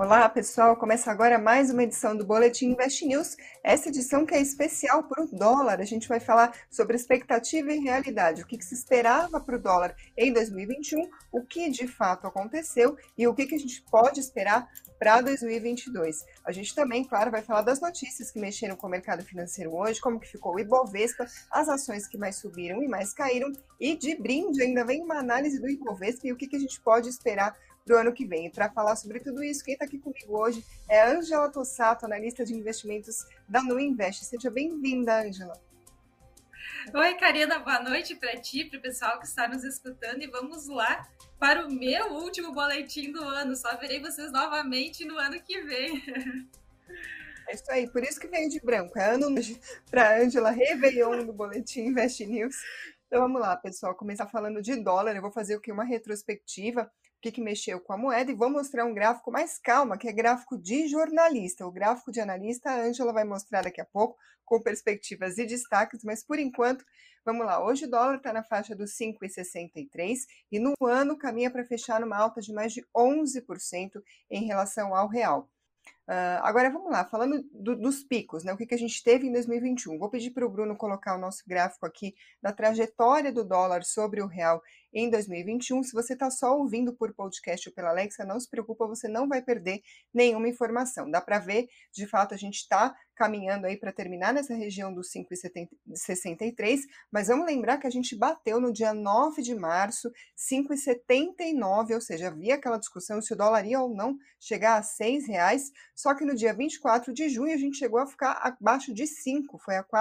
Olá, pessoal. Começa agora mais uma edição do Boletim Invest News. Essa edição que é especial para o dólar. A gente vai falar sobre expectativa e realidade, o que se esperava para o dólar em 2021, o que de fato aconteceu e o que a gente pode esperar para 2022. A gente também, claro, vai falar das notícias que mexeram com o mercado financeiro hoje, como que ficou o Ibovespa, as ações que mais subiram e mais caíram, e de brinde ainda vem uma análise do Ibovespa e o que a gente pode esperar do ano que vem. E para falar sobre tudo isso, quem está aqui comigo hoje é a Ângela Tossato, analista de investimentos da Nuinvest. Seja bem-vinda, Ângela. Oi, Karina, boa noite para ti, para o pessoal que está nos escutando, e vamos lá para o meu último boletim do ano. Só verei vocês novamente no ano que vem. É isso aí, por isso que veio de branco. É ano para a Ângela, Réveillon do Boletim Invest News. Então vamos lá, pessoal, começar falando de dólar. Eu vou fazer o que? Uma retrospectiva, o que mexeu com a moeda, e vou mostrar um gráfico mais calma, que é gráfico de jornalista. O gráfico de analista, a Ângela vai mostrar daqui a pouco, com perspectivas e destaques, mas por enquanto, vamos lá. Hoje o dólar está na faixa dos 5,63 e no ano caminha para fechar numa alta de mais de 11% em relação ao real. Agora vamos lá, falando dos picos, né? O que a gente teve em 2021. Vou pedir para o Bruno colocar o nosso gráfico aqui da trajetória do dólar sobre o real em 2021. Se você está só ouvindo por podcast ou pela Alexa, não se preocupa, você não vai perder nenhuma informação. Dá para ver, de fato, a gente está caminhando aí para terminar nessa região dos 5,63, mas vamos lembrar que a gente bateu no dia 9 de março 5,79, ou seja, havia aquela discussão se o dólar ia ou não chegar a R$ 6, só que no dia 24 de junho a gente chegou a ficar abaixo de 5, foi a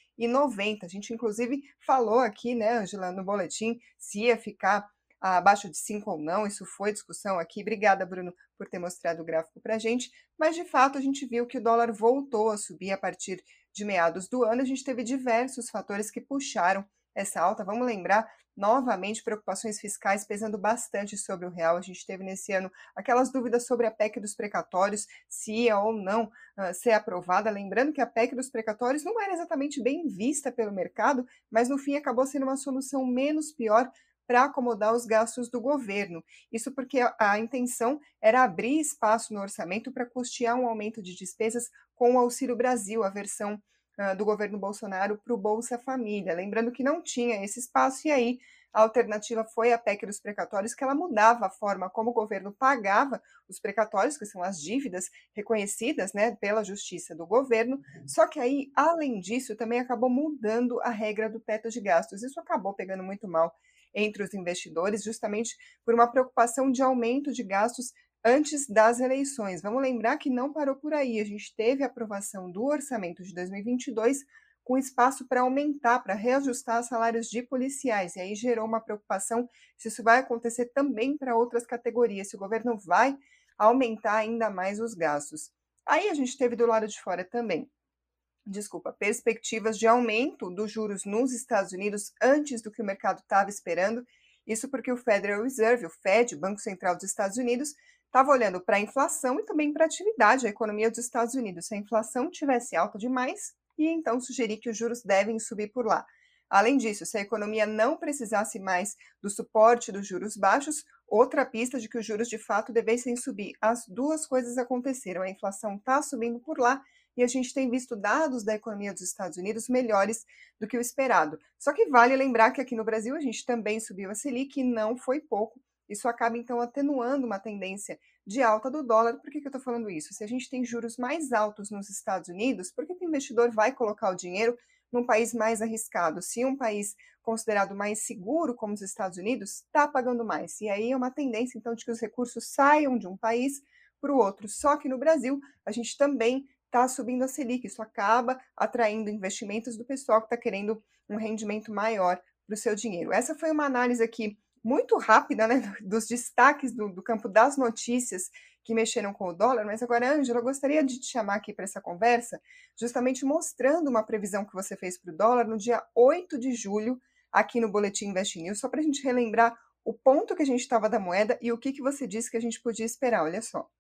4,90. A gente inclusive falou aqui, né, Ângela, no boletim, se ia ficar abaixo de 5 ou não, isso foi discussão aqui. Obrigada, Bruno, por ter mostrado o gráfico para a gente, mas de fato a gente viu que o dólar voltou a subir a partir de meados do ano. A gente teve diversos fatores que puxaram essa alta. Vamos lembrar, novamente, preocupações fiscais pesando bastante sobre o real. A gente teve nesse ano aquelas dúvidas sobre a PEC dos precatórios, se ia ou não ser aprovada. Lembrando que a PEC dos precatórios não era exatamente bem vista pelo mercado, mas no fim acabou sendo uma solução menos pior para acomodar os gastos do governo. Isso porque a intenção era abrir espaço no orçamento para custear um aumento de despesas com o Auxílio Brasil, a versão do governo Bolsonaro para o Bolsa Família. Lembrando que não tinha esse espaço, e aí a alternativa foi a PEC dos precatórios, que ela mudava a forma como o governo pagava os precatórios, que são as dívidas reconhecidas, né, pela justiça do governo. Só que aí, além disso, também acabou mudando a regra do teto de gastos. Isso acabou pegando muito mal entre os investidores, justamente por uma preocupação de aumento de gastos antes das eleições. Vamos lembrar que não parou por aí. A gente teve a aprovação do orçamento de 2022 com espaço para aumentar, para reajustar salários de policiais. E aí gerou uma preocupação se isso vai acontecer também para outras categorias, se o governo vai aumentar ainda mais os gastos. Aí a gente teve do lado de fora também perspectivas de aumento dos juros nos Estados Unidos antes do que o mercado estava esperando. Isso porque o Federal Reserve, o Fed, o Banco Central dos Estados Unidos, estava olhando para a inflação e também para a atividade, a economia dos Estados Unidos. Se a inflação tivesse alta demais, ia então sugerir que os juros devem subir por lá. Além disso, se a economia não precisasse mais do suporte dos juros baixos, outra pista de que os juros de fato devessem subir. As duas coisas aconteceram. A inflação está subindo por lá e a gente tem visto dados da economia dos Estados Unidos melhores do que o esperado. Só que vale lembrar que aqui no Brasil a gente também subiu a Selic e não foi pouco. Isso acaba, então, atenuando uma tendência de alta do dólar. Por que eu estou falando isso? Se a gente tem juros mais altos nos Estados Unidos, por que o investidor vai colocar o dinheiro num país mais arriscado? Se um país considerado mais seguro, como os Estados Unidos, está pagando mais. E aí é uma tendência, então, de que os recursos saiam de um país para o outro. Só que no Brasil, a gente também está subindo a Selic. Isso acaba atraindo investimentos do pessoal que está querendo um rendimento maior para o seu dinheiro. Essa foi uma análise aqui muito rápida, né, dos destaques do campo das notícias que mexeram com o dólar, mas agora, Ângela, eu gostaria de te chamar aqui para essa conversa, justamente mostrando uma previsão que você fez para o dólar no dia 8 de julho, aqui no Boletim Invest News, só para a gente relembrar o ponto que a gente estava da moeda e o que você disse que a gente podia esperar, olha só.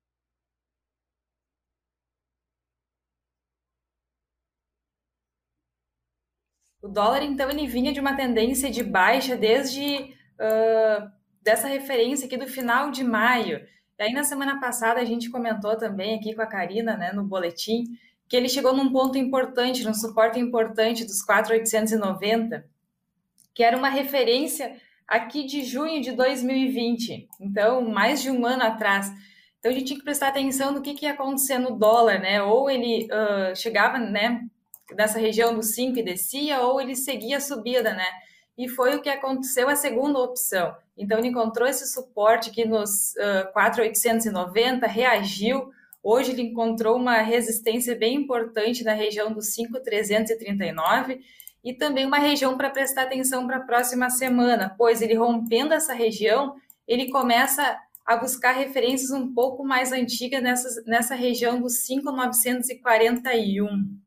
O dólar, então, ele vinha de uma tendência de baixa desde dessa referência aqui do final de maio. E aí, na semana passada, a gente comentou também aqui com a Karina, né, no boletim, que ele chegou num ponto importante, num suporte importante dos 4.890, que era uma referência aqui de junho de 2020, então mais de um ano atrás. Então a gente tinha que prestar atenção no que ia acontecer no dólar, né? Ou ele chegava, né, nessa região do 5 e descia, ou ele seguia a subida, né? E foi o que aconteceu, a segunda opção. Então ele encontrou esse suporte aqui nos 4.890, reagiu. Hoje ele encontrou uma resistência bem importante na região dos 5.339 e também uma região para prestar atenção para a próxima semana, pois ele rompendo essa região, ele começa a buscar referências um pouco mais antigas nessa região dos 5.941.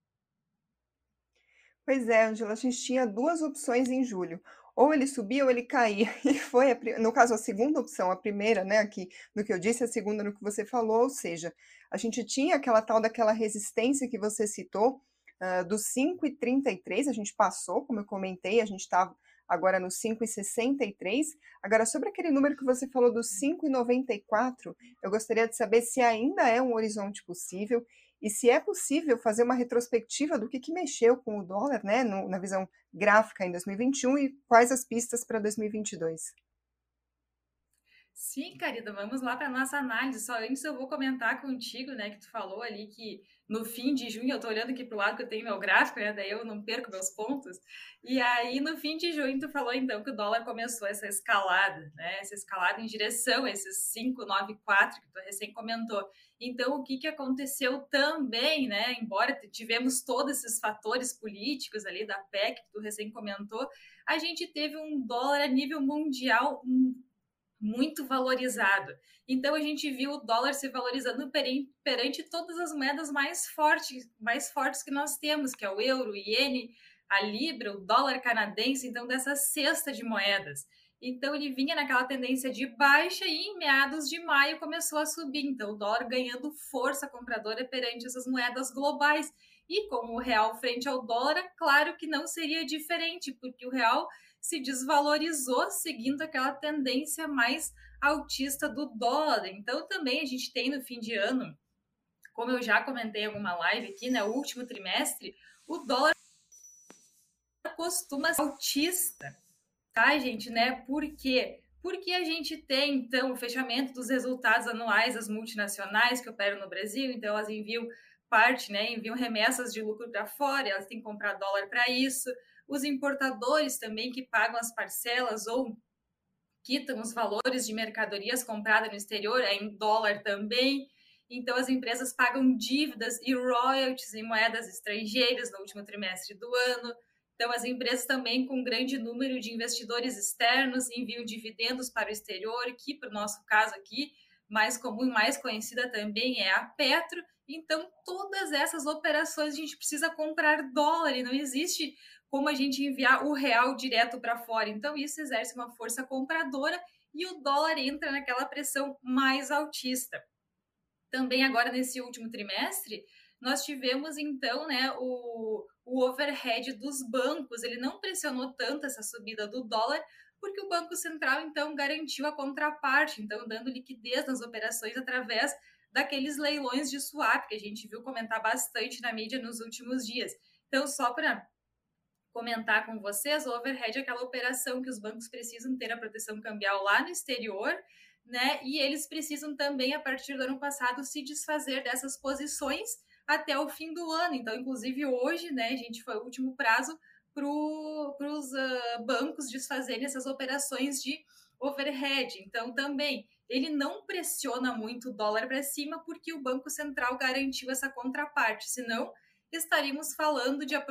Pois é, Angela, a gente tinha duas opções em julho. Ou ele subia ou ele caía. E foi, no caso, a segunda opção, a primeira, né, aqui no que eu disse, a segunda no que você falou, ou seja, a gente tinha aquela tal daquela resistência que você citou, dos 5,33, a gente passou, como eu comentei, a gente estava agora no 5,63. Agora, sobre aquele número que você falou dos 5,94, eu gostaria de saber se ainda é um horizonte possível e se é possível fazer uma retrospectiva do que mexeu com o dólar, né, na visão gráfica em 2021 e quais as pistas para 2022. Sim, querida, vamos lá para nossa análise. Só antes eu vou comentar contigo, né, que tu falou ali que no fim de junho, eu tô olhando aqui pro lado que eu tenho meu gráfico, né, daí eu não perco meus pontos. E aí no fim de junho tu falou então que o dólar começou essa escalada, né, essa escalada em direção a esses 5,94 que tu recém comentou. Então o que aconteceu também, né, embora tivemos todos esses fatores políticos ali da PEC que tu recém comentou, a gente teve um dólar a nível mundial muito valorizado. Então a gente viu o dólar se valorizando perante todas as moedas mais fortes que nós temos, que é o euro, o iene, a libra, o dólar canadense, então dessa cesta de moedas. Então ele vinha naquela tendência de baixa e em meados de maio começou a subir. Então o dólar ganhando força compradora perante essas moedas globais. E com o real frente ao dólar, claro que não seria diferente, porque o real se desvalorizou seguindo aquela tendência mais altista do dólar. Então, também a gente tem no fim de ano, como eu já comentei em alguma live aqui, né, o último trimestre, o dólar costuma ser altista, tá, gente, né? Por quê? Porque a gente tem, então, o fechamento dos resultados anuais das multinacionais que operam no Brasil, então elas enviam enviam remessas de lucro para fora, elas têm que comprar dólar para isso. Os importadores também que pagam as parcelas ou quitam os valores de mercadorias compradas no exterior, é em dólar também. Então, as empresas pagam dívidas e royalties em moedas estrangeiras no último trimestre do ano. Então, as empresas também com grande número de investidores externos enviam dividendos para o exterior, que, para o nosso caso aqui, mais comum e mais conhecida também é a Petro. Então, todas essas operações a gente precisa comprar dólar e não existe como a gente enviar o real direto para fora. Então, isso exerce uma força compradora e o dólar entra naquela pressão mais altista. Também agora, nesse último trimestre, nós tivemos, então, né, o overhead dos bancos. Ele não pressionou tanto essa subida do dólar, porque o Banco Central, então, garantiu a contraparte, então, dando liquidez nas operações através daqueles leilões de swap, que a gente viu comentar bastante na mídia nos últimos dias. Então, só para comentar com vocês, o overhead é aquela operação que os bancos precisam ter a proteção cambial lá no exterior, né? E eles precisam também, a partir do ano passado, se desfazer dessas posições até o fim do ano. Então, inclusive hoje, né, gente, foi o último prazo para os bancos desfazerem essas operações de overhead. Então, também, ele não pressiona muito o dólar para cima porque o Banco Central garantiu essa contraparte, senão estaríamos falando de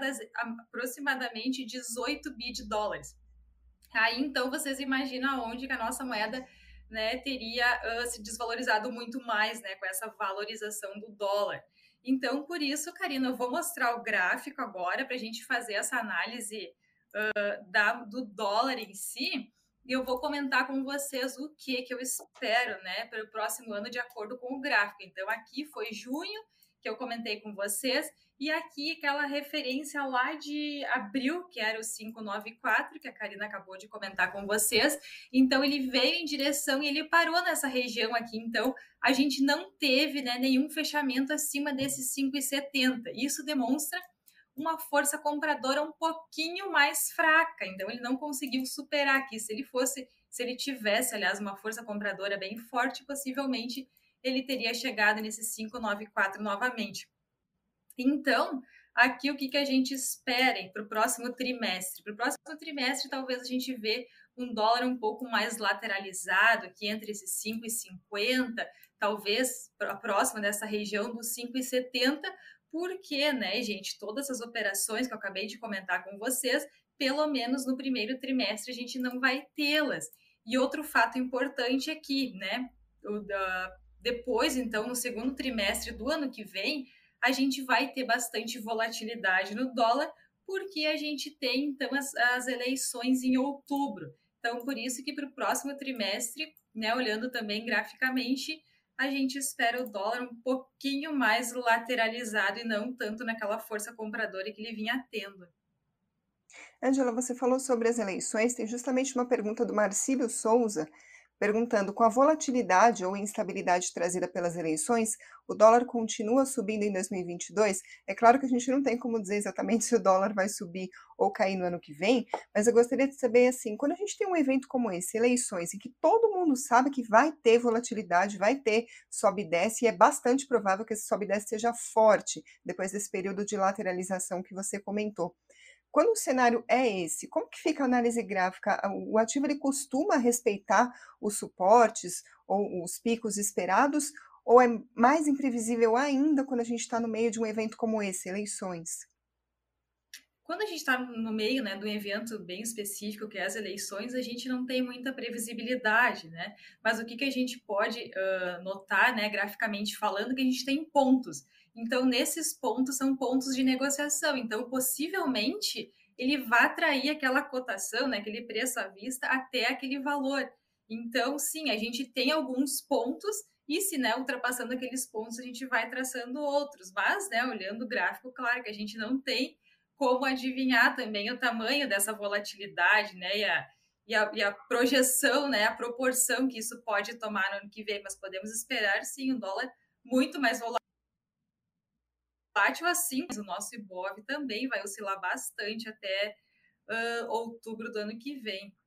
aproximadamente 18 bi de dólares. Aí, então, vocês imaginam aonde que a nossa moeda, né, teria se desvalorizado muito mais, né, com essa valorização do dólar. Então, por isso, Karina, eu vou mostrar o gráfico agora para a gente fazer essa análise do dólar em si, e eu vou comentar com vocês o que eu espero, né, para o próximo ano de acordo com o gráfico. Então, aqui foi junho, que eu comentei com vocês, e aqui aquela referência lá de abril, que era o 594, que a Karina acabou de comentar com vocês. Então ele veio em direção e ele parou nessa região aqui. Então a gente não teve, né, nenhum fechamento acima desses 5,70. Isso demonstra uma força compradora um pouquinho mais fraca. Então ele não conseguiu superar aqui. Se ele tivesse, aliás, uma força compradora bem forte, possivelmente ele teria chegado nesses 5,94 novamente. Então, aqui o que a gente espera para o próximo trimestre? Para o próximo trimestre, talvez a gente vê um dólar um pouco mais lateralizado, aqui entre esses 5,50, talvez próximo dessa região dos 5,70, porque, né, gente, todas as operações que eu acabei de comentar com vocês, pelo menos no primeiro trimestre a gente não vai tê-las. E outro fato importante aqui, né, depois, então, no segundo trimestre do ano que vem, a gente vai ter bastante volatilidade no dólar, porque a gente tem, então, as eleições em outubro. Então, por isso que para o próximo trimestre, né, olhando também graficamente, a gente espera o dólar um pouquinho mais lateralizado e não tanto naquela força compradora que ele vinha tendo. Ângela, você falou sobre as eleições, tem justamente uma pergunta do Marcílio Souza, perguntando: com a volatilidade ou instabilidade trazida pelas eleições, o dólar continua subindo em 2022? É claro que a gente não tem como dizer exatamente se o dólar vai subir ou cair no ano que vem, mas eu gostaria de saber, assim, quando a gente tem um evento como esse, eleições, em que todo mundo sabe que vai ter volatilidade, vai ter sobe e desce, e é bastante provável que esse sobe e desce seja forte depois desse período de lateralização que você comentou. Quando o cenário é esse, como que fica a análise gráfica? O ativo ele costuma respeitar os suportes ou os picos esperados, ou é mais imprevisível ainda quando a gente está no meio de um evento como esse, eleições? Quando a gente está no meio, né, de um evento bem específico, que é as eleições, a gente não tem muita previsibilidade, né? Mas o que a gente pode notar, né, graficamente falando, que a gente tem pontos. Então, nesses pontos são pontos de negociação. Então, possivelmente, ele vai atrair aquela cotação, né, aquele preço à vista até aquele valor. Então, sim, a gente tem alguns pontos e se, né, ultrapassando aqueles pontos, a gente vai traçando outros. Mas, né, olhando o gráfico, claro que a gente não tem como adivinhar também o tamanho dessa volatilidade, né, e a projeção, né, a proporção que isso pode tomar no ano que vem, mas podemos esperar, sim, um dólar muito mais volátil assim, mas o nosso Ibov também vai oscilar bastante até outubro do ano que vem.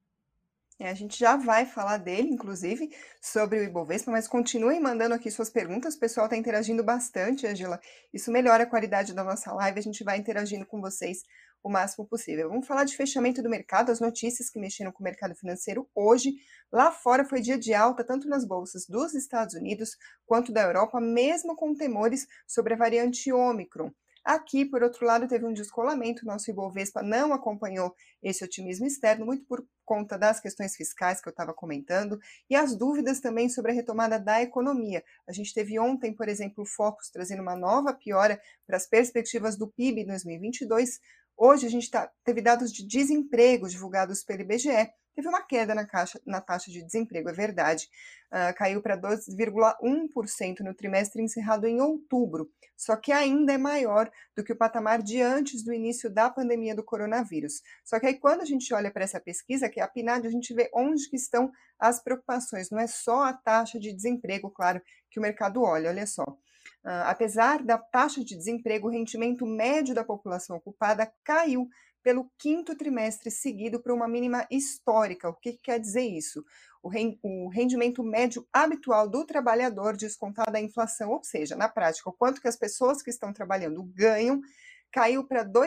A gente já vai falar dele, inclusive, sobre o Ibovespa, mas continuem mandando aqui suas perguntas. O pessoal está interagindo bastante, Angela. Isso melhora a qualidade da nossa live. A gente vai interagindo com vocês o máximo possível. Vamos falar de fechamento do mercado, as notícias que mexeram com o mercado financeiro hoje. Lá fora foi dia de alta, tanto nas bolsas dos Estados Unidos quanto da Europa, mesmo com temores sobre a variante Ômicron. Aqui, por outro lado, teve um descolamento, nosso Ibovespa não acompanhou esse otimismo externo, muito por conta das questões fiscais que eu estava comentando, e as dúvidas também sobre a retomada da economia. A gente teve ontem, por exemplo, o Focus trazendo uma nova piora para as perspectivas do PIB em 2022. Hoje a gente teve dados de desemprego divulgados pelo IBGE, teve uma queda na taxa de desemprego, é verdade, caiu para 2,1% no trimestre encerrado em outubro, só que ainda é maior do que o patamar de antes do início da pandemia do coronavírus. Só que aí quando a gente olha para essa pesquisa, que é a PNAD, a gente vê onde que estão as preocupações, não é só a taxa de desemprego, claro, que o mercado olha só. Apesar da taxa de desemprego, o rendimento médio da população ocupada caiu pelo quinto trimestre seguido para uma mínima histórica. O que quer dizer isso? O rendimento médio habitual do trabalhador descontado da inflação, ou seja, na prática, o quanto que as pessoas que estão trabalhando ganham, caiu para R$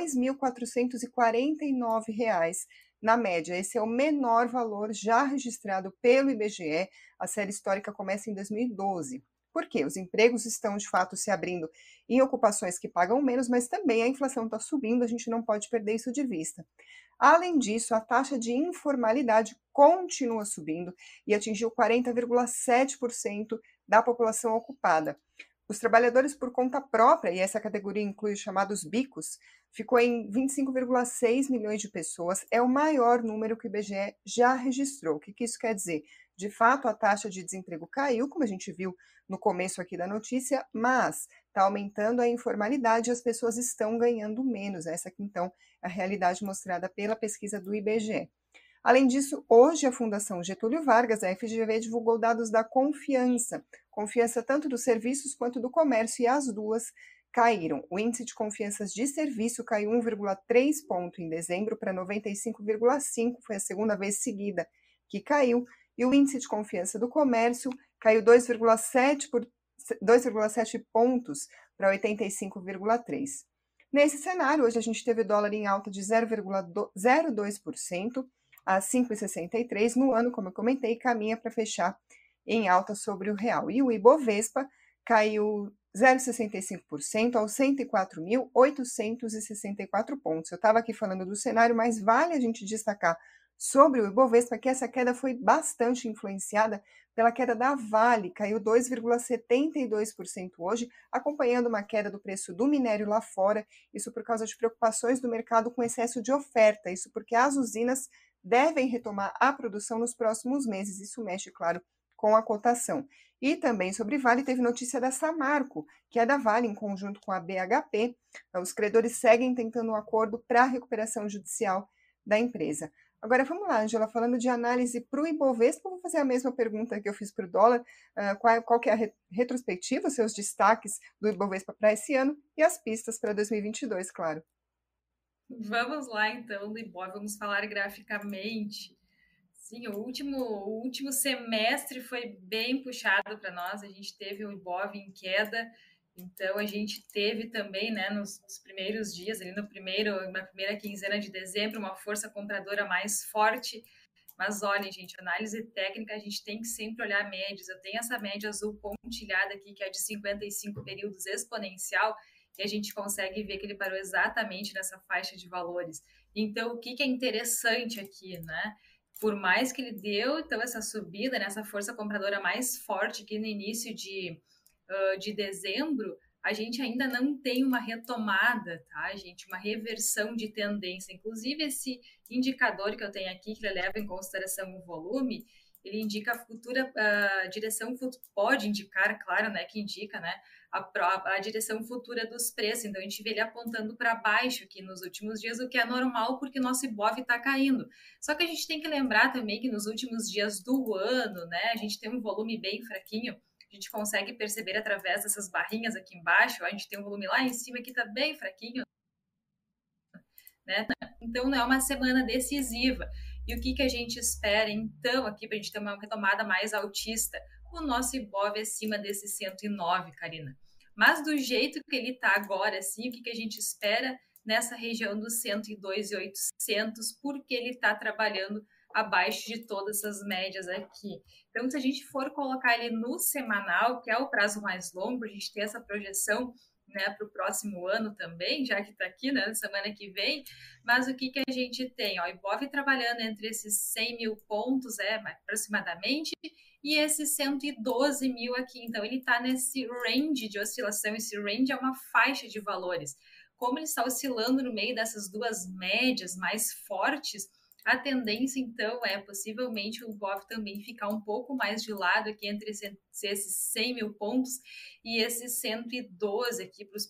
2.449 na média. Esse é o menor valor já registrado pelo IBGE. A série histórica começa em 2012. Por quê? Os empregos estão, de fato, se abrindo em ocupações que pagam menos, mas também a inflação está subindo, a gente não pode perder isso de vista. Além disso, a taxa de informalidade continua subindo e atingiu 40,7% da população ocupada. Os trabalhadores por conta própria, e essa categoria inclui os chamados bicos, ficou em 25,6 milhões de pessoas, é o maior número que o IBGE já registrou. O que isso quer dizer? De fato, a taxa de desemprego caiu, como a gente viu no começo aqui da notícia, mas está aumentando a informalidade e as pessoas estão ganhando menos. Essa aqui, então, é a realidade mostrada pela pesquisa do IBGE. Além disso, hoje a Fundação Getúlio Vargas, a FGV, divulgou dados da confiança. Confiança tanto dos serviços quanto do comércio, e as duas caíram. O índice de confianças de serviço caiu 1,3 ponto em dezembro para 95,5, foi a segunda vez seguida que caiu, e o índice de confiança do comércio caiu 2,7 pontos para 85,3. Nesse cenário, hoje a gente teve dólar em alta de 0,02%, a 5,63 no ano, como eu comentei, caminha para fechar em alta sobre o real. E o Ibovespa caiu 0,65% aos 104.864 pontos. Eu estava aqui falando do cenário, mas vale a gente destacar sobre o Ibovespa que essa queda foi bastante influenciada pela queda da Vale, caiu 2,72% hoje, acompanhando uma queda do preço do minério lá fora, isso por causa de preocupações do mercado com excesso de oferta, isso porque as usinas devem retomar a produção nos próximos meses. Isso mexe, claro, com a cotação. E também sobre Vale, teve notícia da Samarco, que é da Vale, em conjunto com a BHP. Os credores seguem tentando um acordo para a recuperação judicial da empresa. Agora, vamos lá, Angela, falando de análise para o Ibovespa, vou fazer a mesma pergunta que eu fiz para o dólar. Qual que é a retrospectiva, os seus destaques do Ibovespa para esse ano e as pistas para 2022, claro. Vamos lá, então, do Ibov, vamos falar graficamente. Sim, o último semestre foi bem puxado para nós, a gente teve o Ibov em queda, então a gente teve também, né, nos primeiros dias, ali na primeira quinzena de dezembro, uma força compradora mais forte, mas olhem, gente, análise técnica, a gente tem que sempre olhar médias. Eu tenho essa média azul pontilhada aqui, que é de 55 períodos exponencial, e a gente consegue ver que ele parou exatamente nessa faixa de valores. Então, o que é interessante aqui, né? Por mais que ele deu, então, essa subida, nessa força compradora mais forte aqui no início de dezembro, a gente ainda não tem uma retomada, tá, gente? Uma reversão de tendência. Inclusive, esse indicador que eu tenho aqui, que ele leva em consideração o volume, ele indica a futura direção, pode indicar, claro, né, que indica, né, a direção futura dos preços. Então, a gente vê ele apontando para baixo aqui nos últimos dias, o que é normal, porque o nosso Ibov está caindo. Só que a gente tem que lembrar também que nos últimos dias do ano, né, a gente tem um volume bem fraquinho, a gente consegue perceber através dessas barrinhas aqui embaixo, a gente tem um volume lá em cima que está bem fraquinho, né? Então, não é uma semana decisiva. E o que a gente espera, então, aqui, para a gente ter uma retomada mais altista? O nosso Ibov acima desse 109, Karina. Mas do jeito que ele está agora, assim, o que a gente espera nessa região dos 102.800, porque ele está trabalhando abaixo de todas essas médias aqui. Então, se a gente for colocar ele no semanal, que é o prazo mais longo, a gente ter essa projeção, né, para o próximo ano também, já que está aqui, né, semana que vem, mas o que a gente tem? Ó, o Ibov trabalhando entre esses 100 mil pontos, aproximadamente, e esses 112 mil aqui. Então, ele está nesse range de oscilação, esse range é uma faixa de valores. Como ele está oscilando no meio dessas duas médias mais fortes, a tendência, então, é possivelmente o Ibov também ficar um pouco mais de lado aqui entre esses 100 mil pontos e esses 112 aqui para os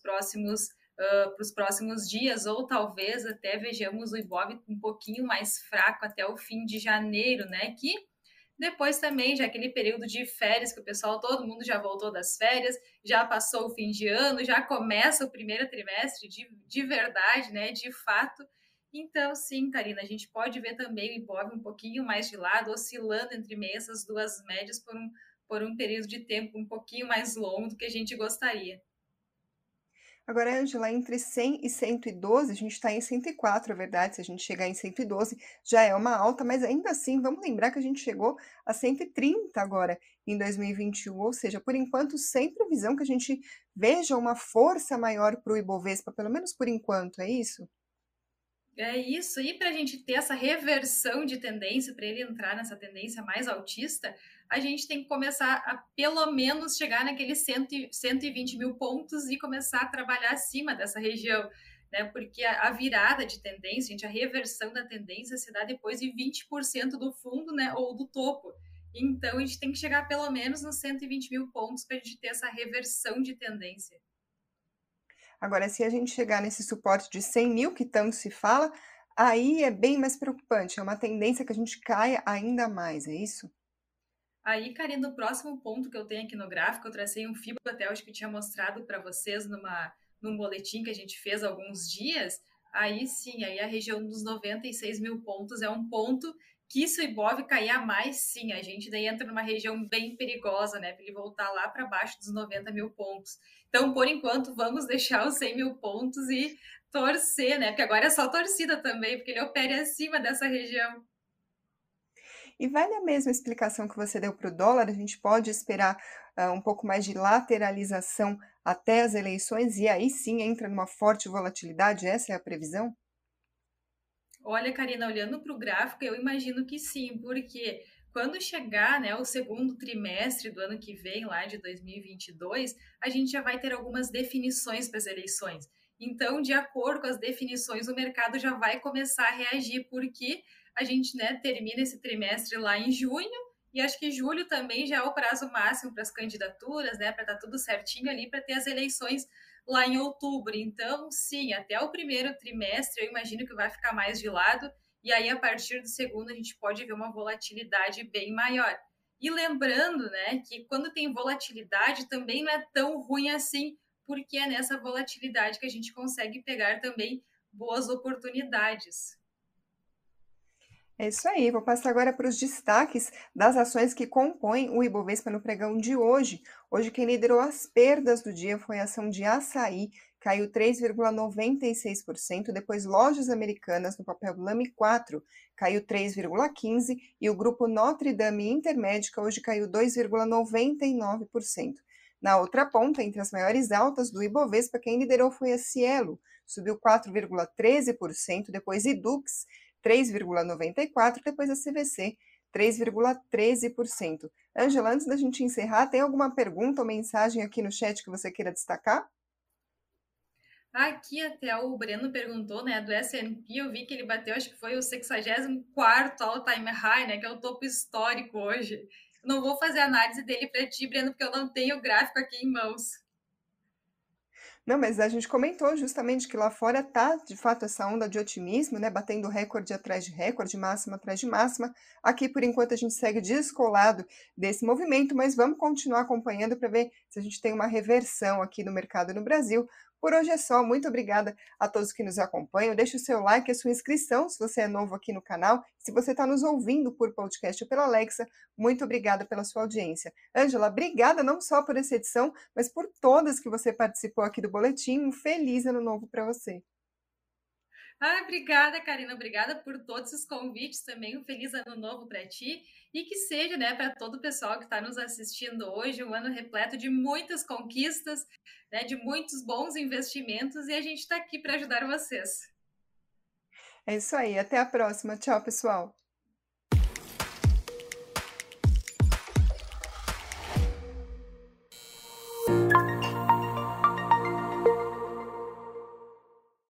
próximos dias, ou talvez até vejamos o Ibov um pouquinho mais fraco até o fim de janeiro, né? Que depois também, já aquele período de férias que o pessoal, todo mundo já voltou das férias, já passou o fim de ano, já começa o primeiro trimestre de verdade, né? De fato. Então, sim, Karina, a gente pode ver também o Ibov um pouquinho mais de lado, oscilando entre meio essas duas médias por um período de tempo um pouquinho mais longo do que a gente gostaria. Agora, Angela, entre 100 e 112, a gente está em 104, é verdade. Se a gente chegar em 112, já é uma alta, mas ainda assim, vamos lembrar que a gente chegou a 130 agora em 2021, ou seja, por enquanto, sem previsão que a gente veja uma força maior para o Ibovespa, pelo menos por enquanto, é isso? É isso, e para a gente ter essa reversão de tendência, para ele entrar nessa tendência mais altista, a gente tem que começar a pelo menos chegar naqueles 120 mil pontos e começar a trabalhar acima dessa região, né? Porque a virada de tendência, gente, a reversão da tendência se dá depois de 20% do fundo, né? Ou do topo. Então a gente tem que chegar pelo menos nos 120 mil pontos para a gente ter essa reversão de tendência. Agora, se a gente chegar nesse suporte de 100 mil, que tanto se fala, aí é bem mais preocupante, é uma tendência que a gente caia ainda mais, é isso? Aí, Karina, no próximo ponto que eu tenho aqui no gráfico, eu tracei um fibro até acho que eu tinha mostrado para vocês num boletim que a gente fez há alguns dias. Aí sim, aí a região dos 96 mil pontos é um ponto que se o Ibov cair a mais, sim, a gente daí entra numa região bem perigosa, né? Para ele voltar lá para baixo dos 90 mil pontos. Então, por enquanto, vamos deixar os 100 mil pontos e torcer, né? Porque agora é só torcida também, porque ele opere acima dessa região. E vale a mesma explicação que você deu para o dólar, a gente pode esperar um pouco mais de lateralização até as eleições e aí sim entra numa forte volatilidade, essa é a previsão? Olha, Karina, olhando para o gráfico, eu imagino que sim, porque quando chegar, né, o segundo trimestre do ano que vem, lá de 2022, a gente já vai ter algumas definições para as eleições. Então, de acordo com as definições, o mercado já vai começar a reagir, porque a gente, né, termina esse trimestre lá em junho, e acho que julho também já é o prazo máximo para as candidaturas, né, para estar tudo certinho ali para ter as eleições lá em outubro. Então, sim, até o primeiro trimestre eu imagino que vai ficar mais de lado, e aí a partir do segundo a gente pode ver uma volatilidade bem maior. E lembrando, né, que quando tem volatilidade também não é tão ruim assim, porque é nessa volatilidade que a gente consegue pegar também boas oportunidades. É isso aí, vou passar agora para os destaques das ações que compõem o Ibovespa no pregão de hoje. Hoje, quem liderou as perdas do dia foi a ação de Açaí, caiu 3,96%. Depois, Lojas Americanas, no papel Lame 4, caiu 3,15%. E o grupo Notre Dame Intermédica hoje caiu 2,99%. Na outra ponta, entre as maiores altas do Ibovespa, quem liderou foi a Cielo, subiu 4,13%. Depois, Edux 3,94%, depois a CVC, 3,13%. Ângela, antes da gente encerrar, tem alguma pergunta ou mensagem aqui no chat que você queira destacar? Aqui até o Breno perguntou, né, do S&P, eu vi que ele bateu, acho que foi o 64º all-time high, né, que é o topo histórico hoje. Eu não vou fazer análise dele para ti, Breno, porque eu não tenho o gráfico aqui em mãos. Não, mas a gente comentou justamente que lá fora tá, de fato, essa onda de otimismo, né, batendo recorde atrás de recorde, máxima atrás de máxima. Aqui, por enquanto, a gente segue descolado desse movimento, mas vamos continuar acompanhando para ver se a gente tem uma reversão aqui no mercado no Brasil. Por hoje é só. Muito obrigada a todos que nos acompanham. Deixe o seu like e a sua inscrição se você é novo aqui no canal. Se você está nos ouvindo por podcast ou pela Alexa, muito obrigada pela sua audiência. Ângela, obrigada não só por essa edição, mas por todas que você participou aqui do boletim. Um feliz ano novo para você. Ah, obrigada, Karina, obrigada por todos os convites também. Um feliz ano novo para ti e que seja, né, para todo o pessoal que está nos assistindo hoje, um ano repleto de muitas conquistas, né, de muitos bons investimentos e a gente está aqui para ajudar vocês. É isso aí, até a próxima. Tchau, pessoal.